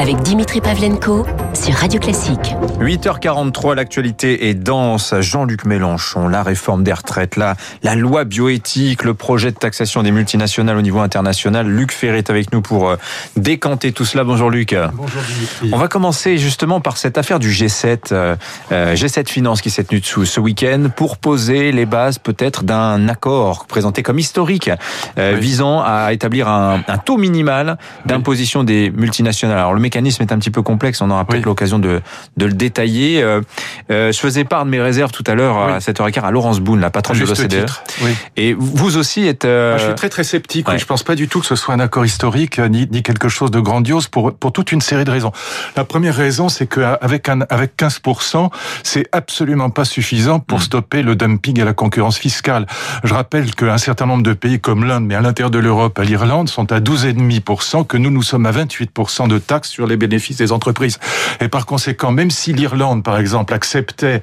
avec Dimitri Pavlenko sur Radio Classique. 8h43, l'actualité est dense. Jean-Luc Mélenchon, la réforme des retraites, la loi bioéthique, le projet de taxation des multinationales au niveau international. Luc Ferry est avec nous pour décanter tout cela. Bonjour Luc. Bonjour Dimitri. On va commencer justement par cette affaire du G7, G7 Finance qui s'est tenue ce week-end pour poser les bases peut-être d'un accord présenté comme historique visant à établir un taux minimal d'imposition des multinationales. Alors le mécanisme est un petit peu complexe, on aura peut-être l'occasion de le détailler. Je faisais part de mes réserves tout à l'heure à 7h15 à Laurence Boone, la patronne de l'OCDE. Et vous aussi êtes... Moi, je suis très très sceptique. Je pense pas du tout que ce soit un accord historique ni quelque chose de grandiose pour toute une série de raisons. La première raison, c'est qu'avec 15%, c'est absolument pas suffisant pour stopper le dumping et la concurrence fiscale. Je rappelle qu'un certain nombre de pays comme l'Inde, mais à l'intérieur de l'Europe, à l'Irlande, sont à 12,5%, que nous sommes à 28% de taxes sur les bénéfices des entreprises. Et par conséquent, même si l'Irlande, par exemple, acceptait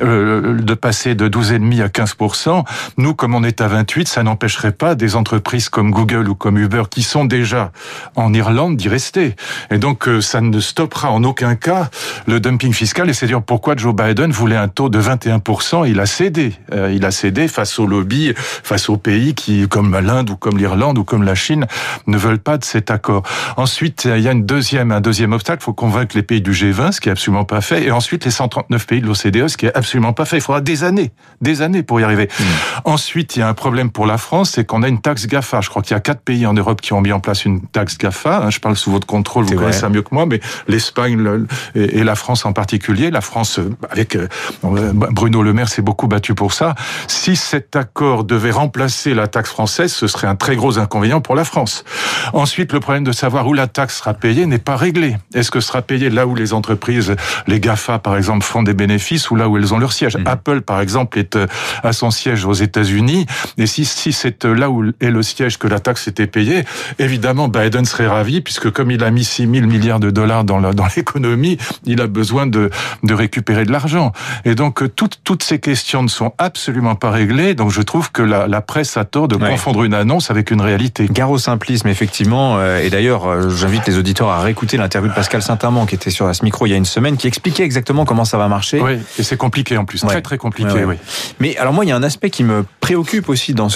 de passer de 12,5 à 15%, nous, comme on est à 28, ça n'empêcherait pas des entreprises comme Google ou comme Uber, qui sont déjà en Irlande, d'y rester. Et donc, ça ne stoppera en aucun cas le dumping fiscal. Et c'est dire pourquoi Joe Biden voulait un taux de 21%. Il a cédé. Il a cédé face au lobby, face aux pays qui, comme l'Inde ou comme l'Irlande ou comme la Chine, ne veulent pas de cet accord. Ensuite, il y a un deuxième obstacle. Il faut convaincre les pays du G20, ce qui est absolument pas fait. Et ensuite, les 139 pays de l'OCDE, ce qui est absolument pas fait. Il faudra des années pour y arriver. Ensuite, il y a un problème pour la France, c'est qu'on a une taxe GAFA. Je crois qu'il y a 4 pays en Europe qui ont mis en place une taxe GAFA. Je parle sous votre contrôle, vous connaissez ça mieux que moi, mais l'Espagne et la France en particulier. La France, avec Bruno Le Maire, s'est beaucoup battu pour ça. Si cet accord devait remplacer la taxe française, ce serait un très gros inconvénient pour la France. Ensuite, le problème de savoir où la taxe sera payée n'est pas réglé. Est-ce que ce sera payé là où les entreprises, les GAFA par exemple, font des bénéfices ou là où elles ont leur siège? Apple par exemple a son siège aux États-Unis, et si c'est là où est le siège que la taxe était payée, évidemment Biden serait ravi, puisque comme il a mis 6 000 milliards de dollars dans l'économie, il a besoin de récupérer de l'argent. Et donc toutes ces questions ne sont absolument pas réglées, donc je trouve que la presse a tort de confondre une annonce avec une réalité. Gare au simplisme, effectivement, et d'ailleurs j'invite les auditeurs à réécouter l'interview de Pascal Saint-Amand qui était sur ce micro il y a une semaine, qui expliquait exactement comment ça va marcher. Oui, et c'est compliqué en plus, très très compliqué. Oui. Mais alors moi, il y a un aspect qui me préoccupe aussi dans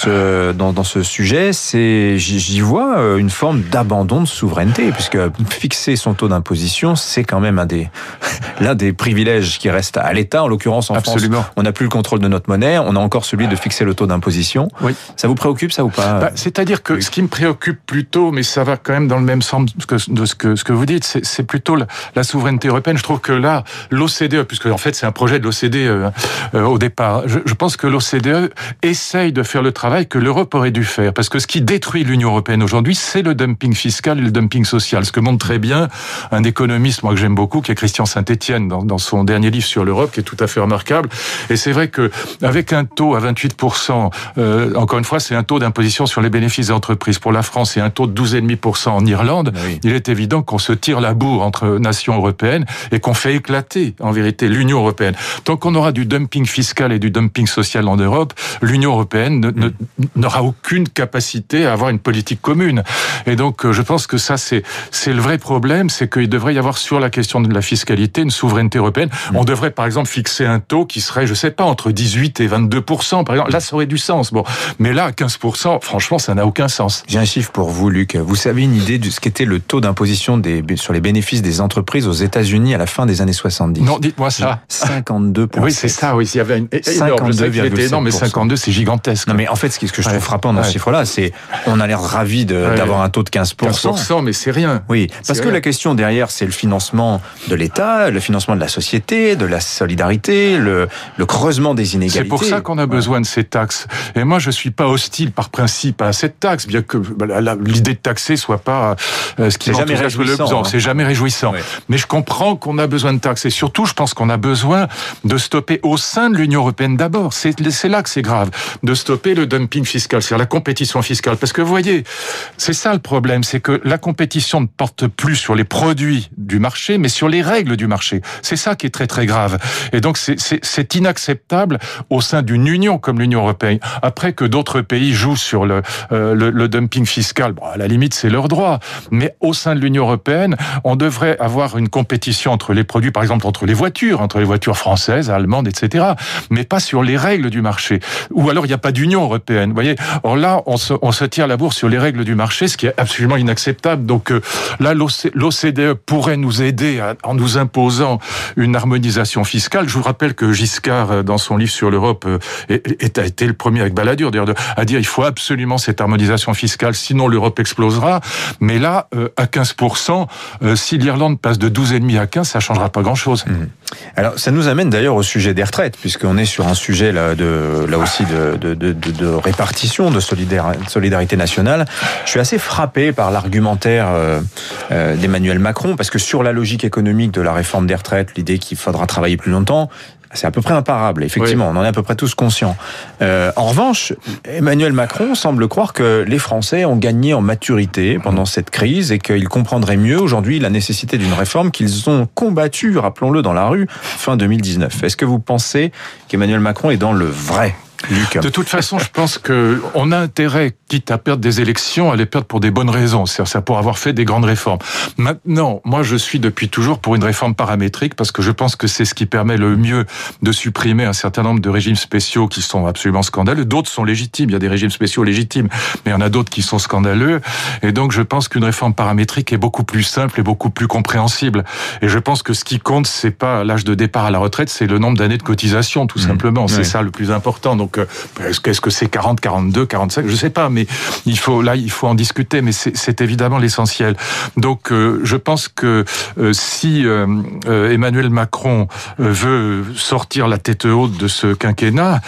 ce sujet, c'est j'y vois une forme d'abandon de souveraineté, puisque fixer son taux d'imposition, c'est quand même l'un des privilèges qui reste à l'État. En l'occurrence, en France, on n'a plus le contrôle de notre monnaie, on a encore celui de fixer le taux d'imposition. Oui. Ça vous préoccupe, ça, ou pas? C'est-à-dire que ce qui me préoccupe plutôt, mais ça va quand même dans le même sens de ce que vous dites, c'est plutôt la souveraineté européenne. Je trouve que là, l'OCDE, puisque en fait c'est un projet de l'OCDE au départ, je pense que l'OCDE essaye de faire le travail que l'Europe aurait dû faire, parce que ce qui détruit l'Union européenne aujourd'hui, c'est le dumping fiscal et le dumping social, ce que montre très bien un économiste, moi que j'aime beaucoup, qui est Christian Saint-Etienne, dans son dernier livre sur l'Europe, qui est tout à fait remarquable. Et c'est vrai que avec un taux à 28%, encore une fois, c'est un taux d'imposition sur les bénéfices des entreprises pour la France et un taux de 12,5% en Irlande, il est évident qu'on se tire la bourre entre nations européennes et qu'on fait éclater, en vérité, l'Union européenne. Tant qu'on aura du dumping fiscal et du dumping social en Europe, l'Union européenne n'aura aucune capacité à avoir une politique commune. Et donc, je pense que ça, c'est le vrai problème, c'est qu'il devrait y avoir sur la question de la fiscalité une souveraineté européenne. On devrait, par exemple, fixer un taux qui serait, je sais pas, entre 18 et 22%, par exemple. Là, ça aurait du sens. Bon. Mais là, à 15%, franchement, ça n'a aucun sens. J'ai un chiffre pour vous, Luc. Vous avez une idée de ce qu'était le taux d'imposition sur les bénéfices des entreprises aux États-Unis à la fin des années 70? Non, dites-moi ça. 52%. Oui, c'est ça, oui. Il y avait une énorme, je sais qu'il était énorme, mais 52, c'est gigantesque. Non, mais en fait, ce que je trouve frappant dans ce chiffre-là, c'est, on a l'air ravis d'avoir un taux de 15%. 15%, mais c'est rien. Oui. Parce que la question derrière, c'est le financement de l'État, le financement de la société, de la solidarité, le creusement des inégalités. C'est pour ça qu'on a besoin de ces taxes. Et moi, je suis pas hostile par principe à cette taxe, bien que l'idée de taxer soit pas ce qui c'est jamais réjouissant. C'est jamais réjouissant. Mais je comprends comprends qu'on a besoin de taxes. Et surtout, je pense qu'on a besoin de stopper au sein de l'Union européenne d'abord. C'est là que c'est grave. De stopper le dumping fiscal, c'est-à-dire la compétition fiscale. Parce que vous voyez, c'est ça le problème, c'est que la compétition ne porte plus sur les produits du marché, mais sur les règles du marché. C'est ça qui est très très grave. Et donc c'est inacceptable au sein d'une union comme l'Union européenne. Après que d'autres pays jouent sur le dumping fiscal, bon, à la limite c'est leur droit. Mais au sein de l'Union européenne, on devrait avoir une compétition entre les produits, par exemple entre les voitures françaises, allemandes, etc. Mais pas sur les règles du marché. Ou alors il n'y a pas d'Union européenne. Vous voyez, or là on se tire la bourre sur les règles du marché, ce qui est absolument inacceptable. Donc là l'OCDE pourrait nous aider en nous imposant une harmonisation fiscale. Je vous rappelle que Giscard, dans son livre sur l'Europe, a été le premier avec Balladur d'ailleurs à dire il faut absolument cette harmonisation fiscale, sinon l'Europe explosera. Mais là, à 15%, si l'Irlande passe de 12,5 à 15, ça changera pas grand-chose. Alors, ça nous amène d'ailleurs au sujet des retraites, puisqu'on est sur un sujet là aussi de répartition, de solidarité nationale. Je suis assez frappé par l'argumentaire d'Emmanuel Macron, parce que sur la logique économique de la réforme des retraites, l'idée qu'il faudra travailler plus longtemps, c'est à peu près imparable, effectivement, oui. On en est à peu près tous conscients. En revanche, Emmanuel Macron semble croire que les Français ont gagné en maturité pendant cette crise et qu'ils comprendraient mieux aujourd'hui la nécessité d'une réforme qu'ils ont combattue, rappelons-le, dans la rue fin 2019. Est-ce que vous pensez qu'Emmanuel Macron est dans le vrai ? Luc. De toute façon, je pense qu'on a intérêt, quitte à perdre des élections, à les perdre pour des bonnes raisons. C'est-à-dire pour avoir fait des grandes réformes. Maintenant, moi, je suis depuis toujours pour une réforme paramétrique parce que je pense que c'est ce qui permet le mieux de supprimer un certain nombre de régimes spéciaux qui sont absolument scandaleux. D'autres sont légitimes. Il y a des régimes spéciaux légitimes, mais il y en a d'autres qui sont scandaleux. Et donc, je pense qu'une réforme paramétrique est beaucoup plus simple et beaucoup plus compréhensible. Et je pense que ce qui compte, c'est pas l'âge de départ à la retraite, c'est le nombre d'années de cotisation, tout simplement. C'est ça le plus important. Donc, est-ce que c'est 40, 42, 45 ? Je sais pas, mais il faut en discuter, mais c'est évidemment l'essentiel. Donc, je pense que si Emmanuel Macron veut sortir la tête haute de ce quinquennat,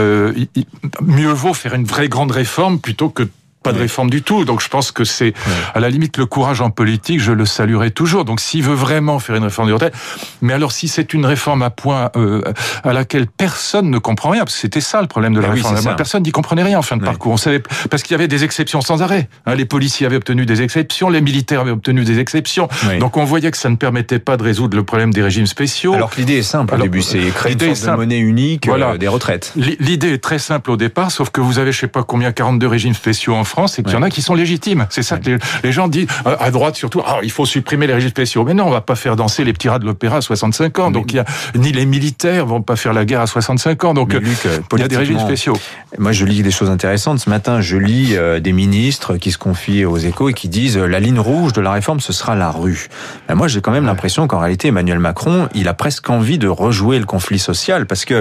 mieux vaut faire une vraie grande réforme plutôt que pas de réforme du tout. Donc je pense que c'est à la limite le courage en politique, je le saluerai toujours. Donc s'il veut vraiment faire une réforme des retraites, mais alors si c'est une réforme à point à laquelle personne ne comprend rien, parce que c'était ça le problème de la réforme. Personne n'y comprenait rien en fin de parcours. On savait parce qu'il y avait des exceptions sans arrêt. Les policiers avaient obtenu des exceptions, les militaires avaient obtenu des exceptions. Donc on voyait que ça ne permettait pas de résoudre le problème des régimes spéciaux. Alors que l'idée est simple au début, c'est créer une sorte de monnaie unique des retraites. L'idée est très simple au départ, sauf que vous avez je sais pas combien 42 régimes spéciaux en France et qu'il y en a qui sont légitimes. C'est ça que les gens disent, à droite surtout, il faut supprimer les régimes spéciaux. Mais non, on va pas faire danser les petits rats de l'opéra à 65 ans. Donc ni les militaires vont pas faire la guerre à 65 ans. Donc Luc, il y a des régimes spéciaux. Moi, je lis des choses intéressantes. Ce matin, je lis des ministres qui se confient aux Échos et qui disent la ligne rouge de la réforme, ce sera la rue. Moi, j'ai quand même l'impression qu'en réalité, Emmanuel Macron, il a presque envie de rejouer le conflit social parce que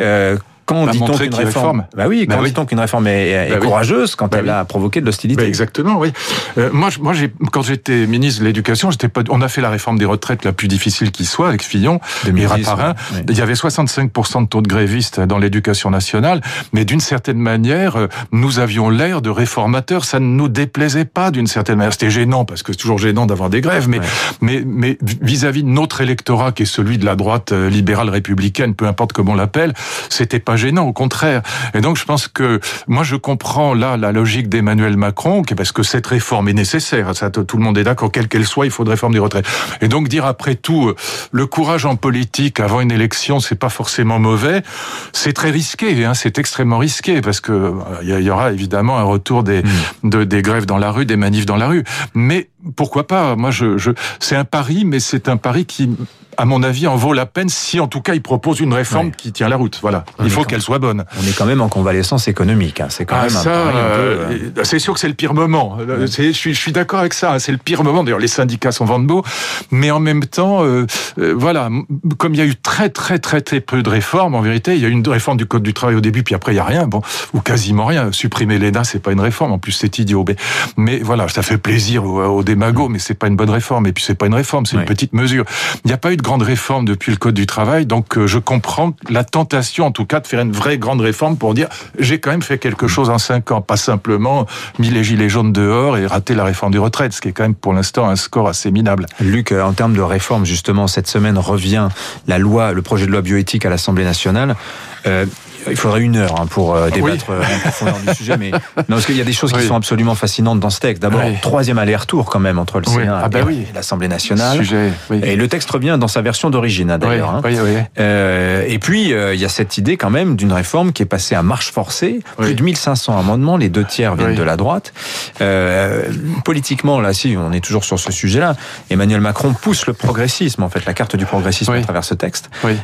quand dit-on qu'une réforme, dit-on qu'une réforme est courageuse quand elle a provoqué de l'hostilité. Exactement, oui. Moi, quand j'étais ministre de l'Éducation, on a fait la réforme des retraites la plus difficile qui soit avec Fillon et Raffarin. Il y avait 65% de taux de grévistes dans l'Éducation nationale, mais d'une certaine manière, nous avions l'air de réformateurs. Ça ne nous déplaisait pas d'une certaine manière. C'était gênant parce que c'est toujours gênant d'avoir des grèves, mais vis-à-vis de notre électorat qui est celui de la droite libérale républicaine, peu importe comment on l'appelle, c'était pas gênant, au contraire. Et donc, je pense que moi, je comprends là la logique d'Emmanuel Macron, parce que cette réforme est nécessaire. Ça, tout le monde est d'accord, quelle qu'elle soit, il faut une réforme des retraites. Et donc, dire après tout, le courage en politique avant une élection, c'est pas forcément mauvais. C'est très risqué, c'est extrêmement risqué, parce que il y aura évidemment un retour des grèves dans la rue, des manifs dans la rue. Mais pourquoi pas ? Moi, c'est un pari, mais c'est un pari qui, à mon avis, en vaut la peine si, en tout cas, il propose une réforme qui tient la route. Voilà. Il faut qu'elle soit bonne. On est quand même en convalescence économique. C'est quand même un peu... C'est sûr que c'est le pire moment. Je suis d'accord avec ça. C'est le pire moment. D'ailleurs, les syndicats sont vent debout. Mais en même temps, voilà, comme il y a eu très, très, très, très peu de réformes, en vérité, il y a eu une réforme du Code du travail au début, puis après, il n'y a rien. Ou quasiment rien. Supprimer l'ENA, c'est pas une réforme. En plus, c'est idiot. Mais voilà, ça fait plaisir aux démagos, mais c'est pas une bonne réforme. Et puis, c'est pas une réforme, c'est une petite mesure. Il n'y a pas eu de grande réforme depuis le Code du travail, donc je comprends la tentation, en tout cas, de faire une vraie grande réforme pour dire j'ai quand même fait quelque chose en 5 ans, pas simplement mis les gilets jaunes dehors et raté la réforme des retraites, ce qui est quand même pour l'instant un score assez minable. Luc, en termes de réforme, justement, cette semaine revient le projet de loi bioéthique à l'Assemblée nationale. Il faudrait 1 heure pour débattre en profondeur du sujet, mais non, parce qu'il y a des choses qui sont absolument fascinantes dans ce texte. D'abord, 3e aller-retour quand même entre le Sénat et l'Assemblée nationale. Et le texte revient dans sa version d'origine, d'ailleurs. Et puis, il y a cette idée quand même d'une réforme qui est passée à marche forcée. Plus de 1500 amendements, les 2/3 viennent de la droite. Politiquement, là, si on est toujours sur ce sujet-là, Emmanuel Macron pousse le progressisme, en fait, la carte du progressisme à travers ce texte.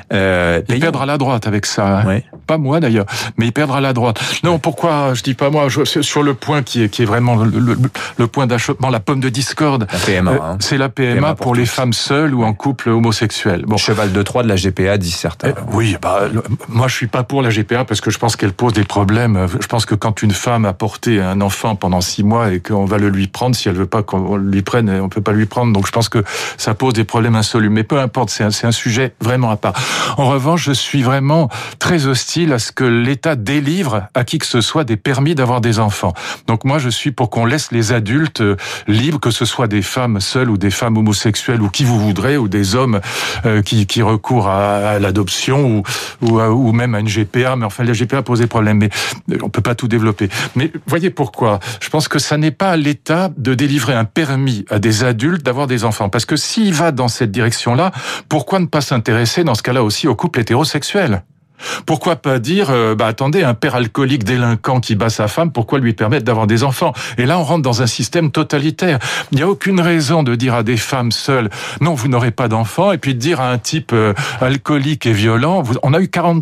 Il perdra la droite avec ça. Pas moi d'ailleurs, mais il perdra la droite. Non, pourquoi je dis pas moi, sur le point qui est vraiment le point d'achoppement, la pomme de discorde. La PMA. C'est la PMA pour les femmes seules ou en couple homosexuel. Bon. Cheval de Troie de la GPA, disent certains. Moi je suis pas pour la GPA parce que je pense qu'elle pose des problèmes. Je pense que quand une femme a porté un enfant pendant 6 mois et qu'on va le lui prendre, si elle veut pas qu'on lui prenne, on peut pas lui prendre. Donc je pense que ça pose des problèmes insolubles. Mais peu importe, c'est un sujet vraiment à part. En revanche, je suis vraiment très hostile à ce que l'État délivre à qui que ce soit des permis d'avoir des enfants. Donc moi, je suis pour qu'on laisse les adultes libres, que ce soit des femmes seules ou des femmes homosexuelles ou qui vous voudrez, ou des hommes qui recourent à l'adoption ou même à une GPA. Mais enfin, la GPA pose des problèmes, mais on peut pas tout développer. Mais voyez pourquoi. Je pense que ça n'est pas à l'État de délivrer un permis à des adultes d'avoir des enfants. Parce que s'il va dans cette direction-là, pourquoi ne pas s'intéresser dans ce cas-là aussi aux couples hétérosexuels ? Pourquoi pas dire, attendez, un père alcoolique délinquant qui bat sa femme, pourquoi lui permettre d'avoir des enfants ? Et là, on rentre dans un système totalitaire. Il n'y a aucune raison de dire à des femmes seules, non, vous n'aurez pas d'enfants, et puis de dire à un type alcoolique et violent, on a eu 40%,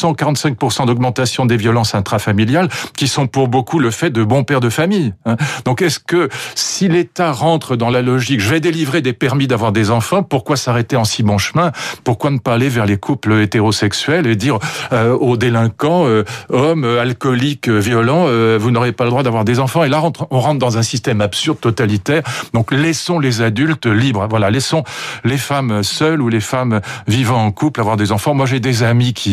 45% d'augmentation des violences intrafamiliales, qui sont pour beaucoup le fait de bons pères de famille. Donc est-ce que, si l'État rentre dans la logique, je vais délivrer des permis d'avoir des enfants, pourquoi s'arrêter en si bon chemin ? Pourquoi ne pas aller vers les couples hétérosexuels et dire aux délinquants, hommes, alcooliques, violents, vous n'aurez pas le droit d'avoir des enfants. Et là, on rentre dans un système absurde, totalitaire. Donc, laissons les adultes libres. Voilà, laissons les femmes seules ou les femmes vivant en couple avoir des enfants. Moi, j'ai des amis qui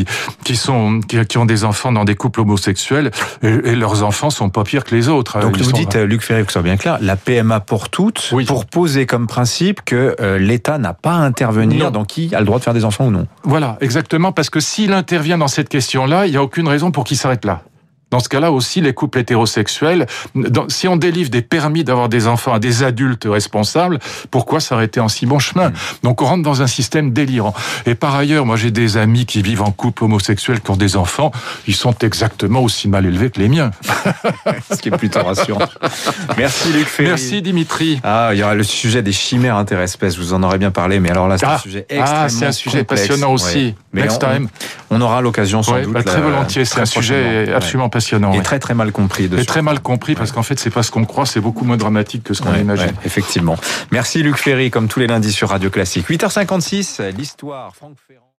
ont des enfants dans des couples homosexuels et leurs enfants sont pas pires que les autres. Donc, vous dites, Luc Ferry, que ce soit bien clair, la PMA pour toutes, pour poser comme principe que l'État n'a pas à intervenir dans qui a le droit de faire des enfants ou non. Voilà, exactement, parce que s'il intervient dans cette question-là, il n'y a aucune raison pour qu'il s'arrête là. Dans ce cas-là aussi, les couples hétérosexuels, si on délivre des permis d'avoir des enfants à des adultes responsables, pourquoi s'arrêter en si bon chemin ? Donc on rentre dans un système délirant. Et par ailleurs, moi j'ai des amis qui vivent en couple homosexuel, qui ont des enfants, ils sont exactement aussi mal élevés que les miens. Ce qui est plutôt rassurant. Merci Luc Ferry. Merci Dimitri. Il y aura le sujet des chimères interespèces, vous en aurez bien parlé, mais alors là c'est un sujet extrêmement c'est un sujet complexe. passionnant aussi. Mais Next time. On aura l'occasion sans doute. Très volontiers, c'est un sujet absolument passionnant. Et très très mal compris. Et très mal compris parce qu'en fait c'est pas ce qu'on croit, c'est beaucoup moins dramatique que ce qu'on imagine. Effectivement. Merci Luc Ferry, comme tous les lundis sur Radio Classique. 8h56, l'histoire. Franck Ferrand.